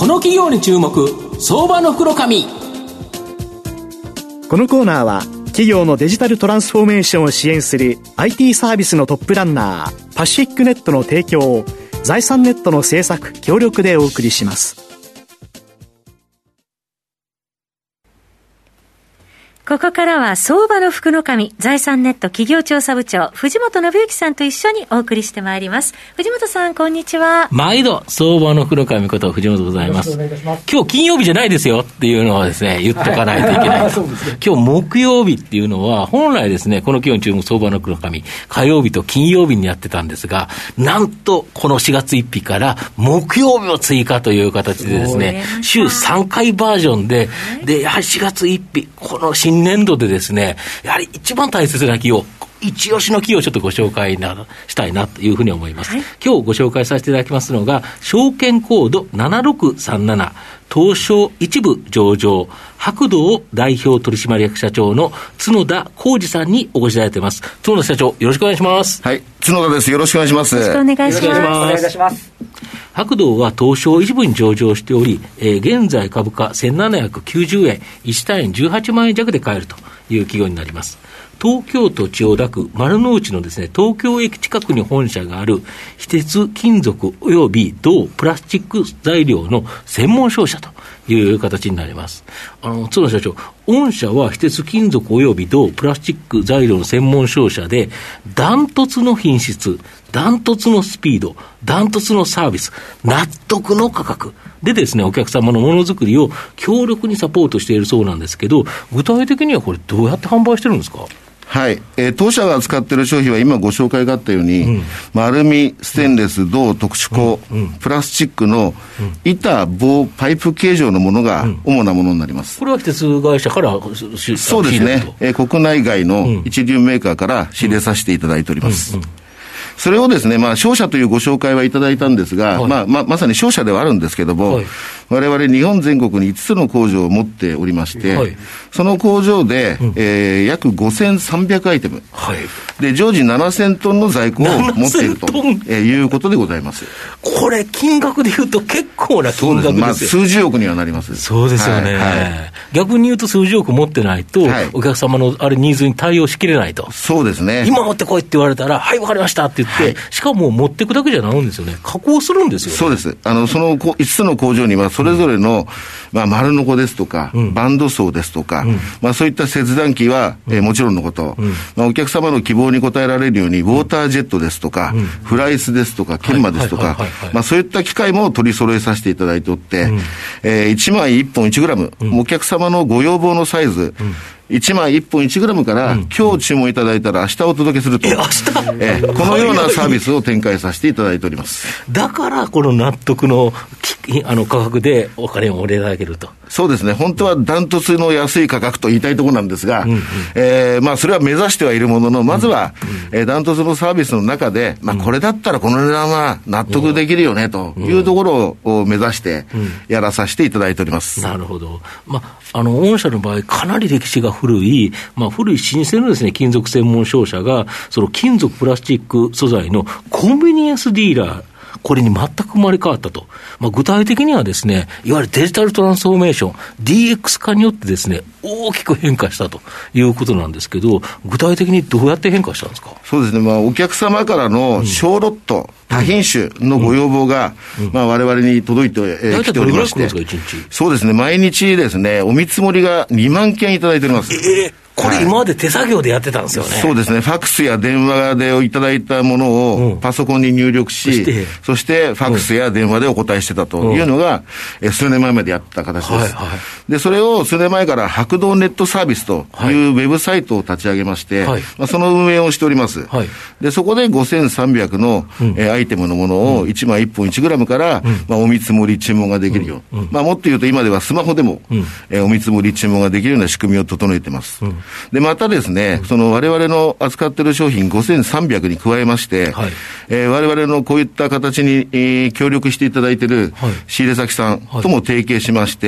この企業に注目、相場の福の神。 このコーナーは企業のデジタルトランスフォーメーションを支援する IT サービスのトップランナーパシフィックネットの提供を財産ネットの制作協力でお送りします。 ここからは相場の福の神、財産ネット企業調査部長藤本信之さんと一緒にお送りしてまいります。藤本さん、こんにちは。 毎度相場の福の神こと藤本でございます。今日金曜日じゃないですよっていうのはですね、言っとかないといけないと。今日木曜日っていうのは本来ですね、この企業に注目相場の福の神、火曜日と金曜日にやってたんですが、なんとこの4月1日から木曜日を追加という形でですね、週3回バージョンで、やはり4月1日この新年度でですね、やはり一番大切な企業、一押しの企業をちょっとご紹介したいなというふうに思います。はい、今日ご紹介させていただきますのが、証券コード7637、東証一部上場、白道代表取締役社長の角田浩二さんにお越しいただいています。角田社長、よろしくお願いします。 はい、角田です。よろしくお願いします。 よろしくお願いします。 よろしくお願いいたします。 白道は東証一部に上場しており、現在株価1790円、1単位18万円弱で買えるという企業になります。東京都千代田区丸の内のですね、東京駅近くに本社がある非鉄金属及び銅プラスチック材料の専門商社という形になります。角田社長、御社は非鉄金属及び銅プラスチック材料の専門商社で、ダントツの品質、ダントツのスピード、ダントツのサービス、納得の価格でですね、お客様のものづくりを強力にサポートしているそうなんですけど、具体的にはこれどうやって販売してるんですか？ はい、当社が扱っている商品は今ご紹介があったように、アルミ、ステンレス、銅、特殊鋼、プラスチックの板、棒、パイプ形状のものが主なものになります。 これは非鉄会社からそうですね、国内外の一流メーカーから仕入れさせていただいております。それをですね、商社というご紹介はいただいたんですが、まさに商社ではあるんですけども、我々日本全国に5つの工場を持っておりまして、その工場で、約5300アイテム、で常時7000トンの在庫を持っているということでございます。 これ金額でいうと結構な金額ですよ。 数十億にはなります。 そうですよね。逆に言うと数十億持ってないと、お客様のあれニーズに対応しきれないと。 そうですね。 今持ってこいって言われたら、はい、わかりましたって言って、しかも持っていくだけじゃないんですよね。加工するんですよね。 そうです。その5つの工場にはそれぞれの、丸ノコですとか、バンド層ですとか、そういった切断機は、もちろんのこと、お客様の希望に応えられるようにウォータージェットですとか、フライスですとか研磨ですとか、そういった機械も取り揃えさせていただいておって、1枚1本1グラム、お客様のご要望のサイズ、1枚1本1グラムから、今日注文いただいたら明日お届けすると、このようなサービスを展開させていただいております。 だからこの納得の価格でお金をおれいただけると。 そうですね。本当はダントツの安い価格と言いたいところなんですが、それは目指してはいるものの、まずは、ダントツのサービスの中で、これだったらこの値段は納得できるよねというところを目指してやらさせていただいております。 なるほど。御社の場合かなり歴史が古い、古い老舗のですね、金属専門商社が、その金属プラスチック素材のコンビニエンスディーラー、これに全く生まれ変わったと。具体的にはですね、いわゆるデジタルトランスフォーメーション、DX 化によってですね、大きく変化したということなんですけど、具体的にどうやって変化したんですか？ そうですね、お客様からの小ロット、多品種のご要望が、我々に届いてきておりまして、そうですね、毎日ですね、お見積もりが2万件いただいております。 これ今まで手作業でやってたんですよね。 そうですね。ファックスや電話でいただいたものをパソコンに入力し、そしてファックスや電話でお答えしてたというのが、数年前までやった形です。で、それを数年前から白道ネットサービスというウェブサイトを立ち上げまして、その運営をしております。で、そこで5300のアイテムのものを1枚1本1グラムから、お見積もり注文ができるよう。もっと言うと今ではスマホでも、お見積もり注文ができるような仕組みを整えています。 で、またですね、その我々の扱っている商品5300に加えまして、我々のこういった形に、協力していただいている仕入れ先さんとも提携しまして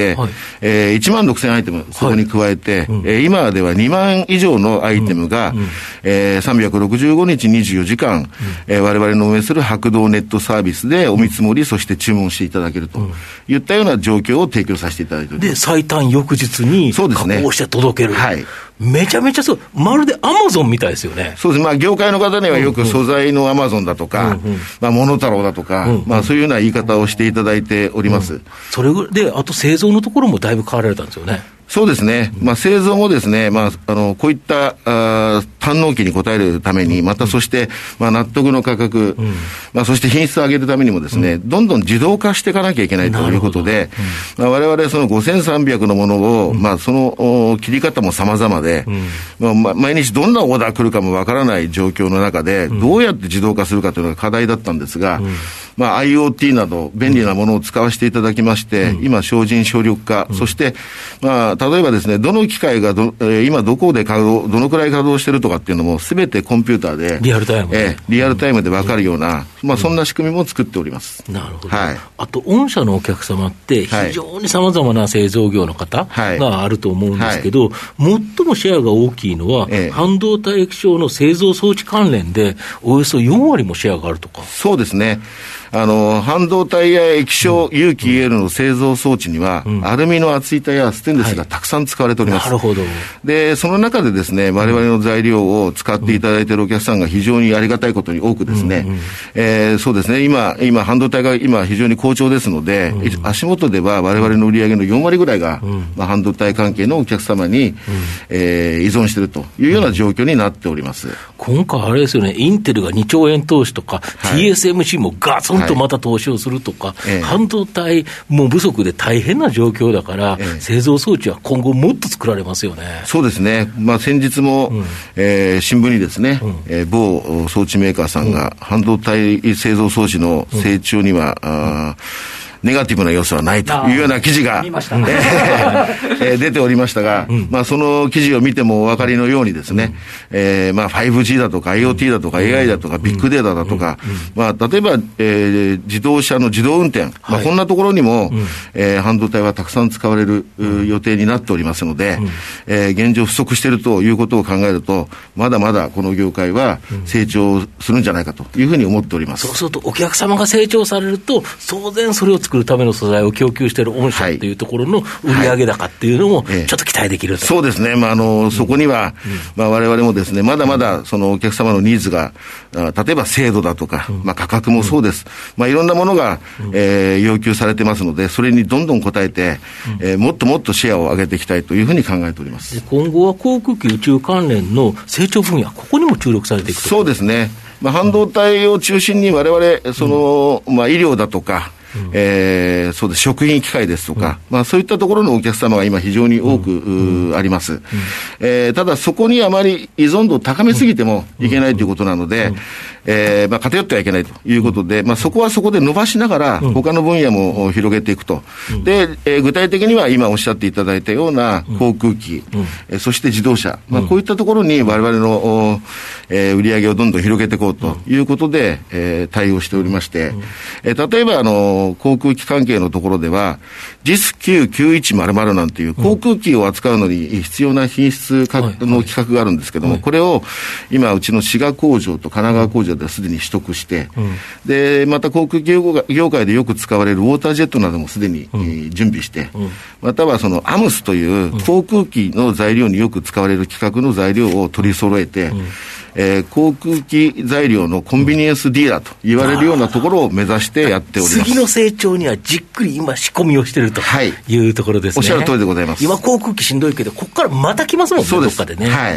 、1万6000アイテム、そこに加えて、今では2万以上のアイテムが、365日24時間、我々の運営する白銅ネットサービスでお見積もり、そして注文していただけるといったような状況を提供させていただいております。 で、最短翌日に加工して届ける。めちゃめちゃそう、まるでアマゾンみたいですよね。 そうです。まあ、業界の方にはよく素材のアマゾンだとか、まあ、モノタロウだとか、まあ、そういうような言い方をしていただいております。 それぐらいで、あと製造のところもだいぶ変わられたんですよね。 そうですね。まあ、製造もですね、まあ、こういった堪能期に応えるために、またそして、まあ、納得の価格、まあ、そして品質を上げるためにもですね、どんどん自動化していかなきゃいけないということで、まあ、我々その5300のものを、まあ、その切り方も様々で、まあ、毎日どんなオーダー来るかもわからない状況の中で、どうやって自動化するかというのが課題だったんですが、まあ、IoT など便利なものを使わせていただきまして、今、省人省力化、そして、まあ、例えばですね、どの機械が今どこでどのくらい稼働してるとかっていうのも、すべてコンピューターで、リアルタイムで分かるような、まあ、そんな仕組みも作っております。 なるほど。あと、御社のお客様って、非常に様々な製造業の方があると思うんですけど、最もシェアが大きいのは、半導体液晶の製造装置関連で、およそ4割もシェアがあるとか。 そうですね。半導体や液晶、有機 EL の製造装置には、アルミの厚板やステンレスがたくさん使われております。 なるほど。 で、その中でですね、我々の材料を使っていただいているお客さんが非常にありがたいことに多くですね、そうですね、今、半導体が今非常に好調ですので、足元では我々の売り上げの4割ぐらいが、まあ、半導体関係のお客様に、依存しているというような状況になっております。 今回あれですよね、インテルが2兆円投資とか、TSMC もガツンとまた投資をするとか、半導体も不足で大変な状況だから、製造装置は今後もっと作られますよね。 そうですね。まあ、先日も、新聞にですね、某装置メーカーさんが、半導体製造装置の成長には、ネガティブな要素はないというような記事が、出ておりましたが、まあ、その記事を見てもお分かりのようにですね、まあ、5G だとか IoT だとか AI だとかビッグデータだとか、まあ、例えば、自動車の自動運転、まあ、こんなところにも、半導体はたくさん使われる予定になっておりますので、現状不足しているということを考えると、まだまだこの業界は成長するんじゃないかというふうに思っております。 そうするとお客様が成長されると、当然それを作るための素材を供給している御社というところの売上高っていうのもちょっと期待できると、 そうですね。まあ、そこには、まあ、我々もですね、まだまだそのお客様のニーズが、例えば精度だとか、まあ、価格もそうです。まあ、いろんなものが、要求されてますので、それにどんどん応えて、もっともっとシェアを上げていきたいというふうに考えております。 で、今後は航空機宇宙関連の成長分野、ここにも注力されていくと。 そうですね。まあ、半導体を中心に我々、その、まあ、医療だとか、そうです、食品機械ですとか、まあ、そういったところのお客様が今非常に多く、あります。ただそこにあまり依存度を高めすぎてもいけないということなので、まあ、偏ってはいけないということで、まあ、そこはそこで伸ばしながら、他の分野も広げていくと。で、具体的には今おっしゃっていただいたような航空機、そして自動車、まあ、こういったところに我々の、売り上げをどんどん広げていこうということで、対応しておりまして、例えば航空機関係のところでは、JIS99100 なんていう航空機を扱うのに必要な品質の規格があるんですけども、これを今、うちの滋賀工場と神奈川工場ではすでに取得して、で、また航空機業界でよく使われるウォータージェットなどもすでに準備して、またはそのアムスという航空機の材料によく使われる規格の材料を取り揃えて、航空機材料のコンビニエンスディーラーと言われるようなところを目指してやっております。 次の成長にはじっくり今仕込みをしているというところですね。 おっしゃる通りでございます。 今航空機しんどいけど、ここからまた来ますもんね、 そうです。 どっかでね。 はい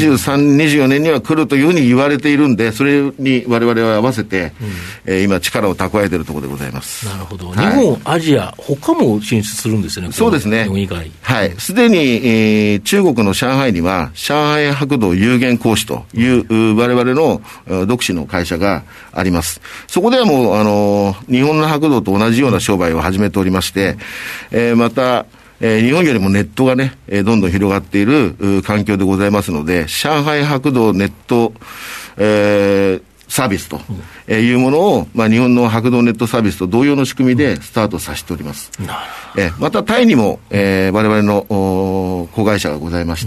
。23、24年には来るというふうに言われているんで、それに我々は合わせて、今力を蓄えているところでございます。 なるほど。日本、アジア、他も進出するんですよね。 そうですね。 日本以外。 はい。すでに、中国の上海には、上海白銅有限公司という我々の独自の会社があります。そこではもう、日本の白銅と同じような商売を始めておりまして、また、 日本よりもネットがね、どんどん広がっている環境でございますので、上海白銅ネット、サービスというものを、日本の白銅ネットサービスと同様の仕組みでスタートさせております。またタイにも、我々の子会社がございまして、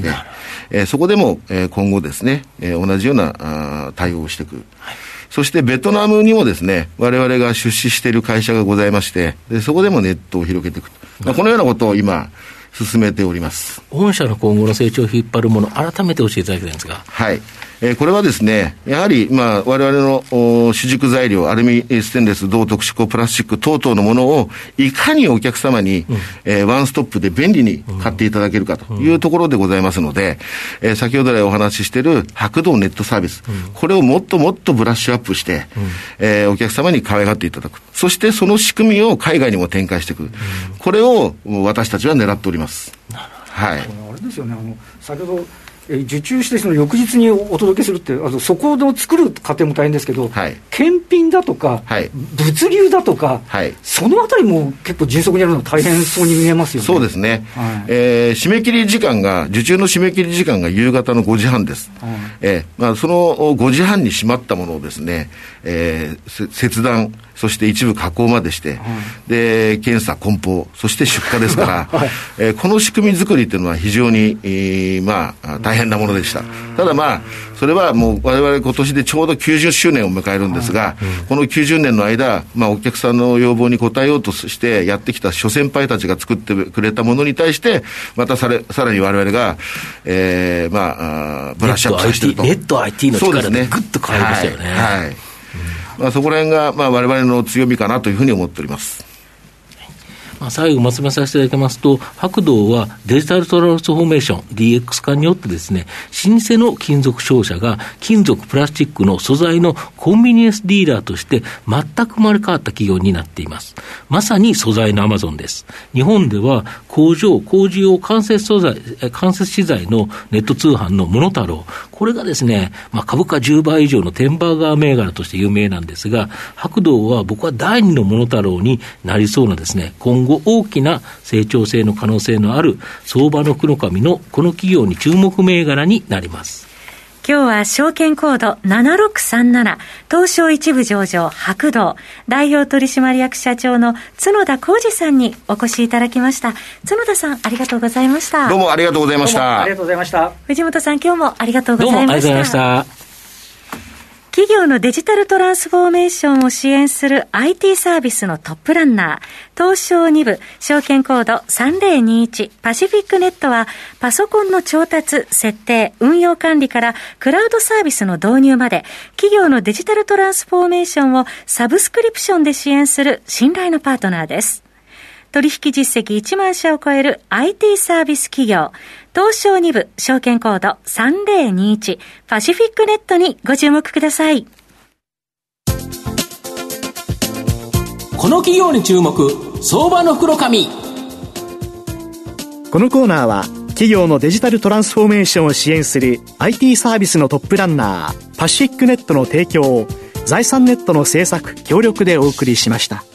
そこでも、今後ですね、同じような対応をしていく。そしてベトナムにもですね、我々が出資している会社がございまして、でそこでもネットを広げていくと。このようなことを今進めております。 御社の今後の成長を引っ張るもの、改めて教えていただきたいんですが。 はい。これはですね、やはり、我々の主軸材料、アルミ、ステンレス、銅、特殊鋼、プラスチック等々のものを、いかにお客様に、ワンストップで便利に買っていただけるかというところでございますので、先ほど来お話ししている白銅ネットサービス、これをもっともっとブラッシュアップして、お客様に可愛がっていただく。そしてその仕組みを海外にも展開していく。これを私たちは狙っております。はい。 あれですよね、先ほど受注してその翌日にお届けするって、そこを作る過程も大変ですけど、はい、検品だとか、はい、物流だとか、はい、そのあたりも結構迅速にやるのは大変そうに見えますよね。 そうですね、はい、締め切り時間が、受注の締め切り時間が夕方の5時半です、はい、その5時半に閉まったものをですね、切断、そして一部加工までして、で検査、梱包、そして出荷ですから、この仕組み作りというのは非常に、大変なものでした。ただそれはもう我々今年でちょうど90周年を迎えるんですが、この90年の間、お客さんの要望に応えようとしてやってきた諸先輩たちが作ってくれたものに対して、またさらに我々が、ブラッシュアップさせていると。 ネット IT の力でぐっと変わりましたよね。 はい、そこら辺が、我々の強みかなというふうに思っております。 最後まとめさせていただきますと、白銅はデジタルトランスフォーメーション DX 化によってですね、老舗の金属商社が金属プラスチックの素材のコンビニエンスディーラーとして全く生まれ変わった企業になっています。まさに素材のアマゾンです。日本では工事用間接資材のネット通販のモノタロウ、これがですね、株価10倍以上のテンバーガー銘柄として有名なんですが、白銅は僕は第2のモノタロウになりそうなですね、今後大きな成長性の可能性のある相場の福の神のこの企業に注目銘柄になります。 今日は証券コード7637東証一部上場白銅代表取締役社長の角田浩二さんにお越しいただきました。角田さん、ありがとうございました。 どうもありがとうございました。 ありがとうございました。 藤本さん、今日もありがとうございました。 どうもありがとうございました。 企業のデジタルトランスフォーメーションを支援する IT サービスのトップランナー、東証2部証券コード3021パシフィックネットは、パソコンの調達、設定、運用管理からクラウドサービスの導入まで、企業のデジタルトランスフォーメーションをサブスクリプションで支援する信頼のパートナーです。取引実績1万社を超える IT サービス企業、東証2部証券コード3021パシフィックネットにご注目ください。 この企業に注目、相場の袋紙。 このコーナーは企業のデジタルトランスフォーメーションを支援する IT サービスのトップランナーパシフィックネットの提供を財産ネットの制作協力でお送りしました。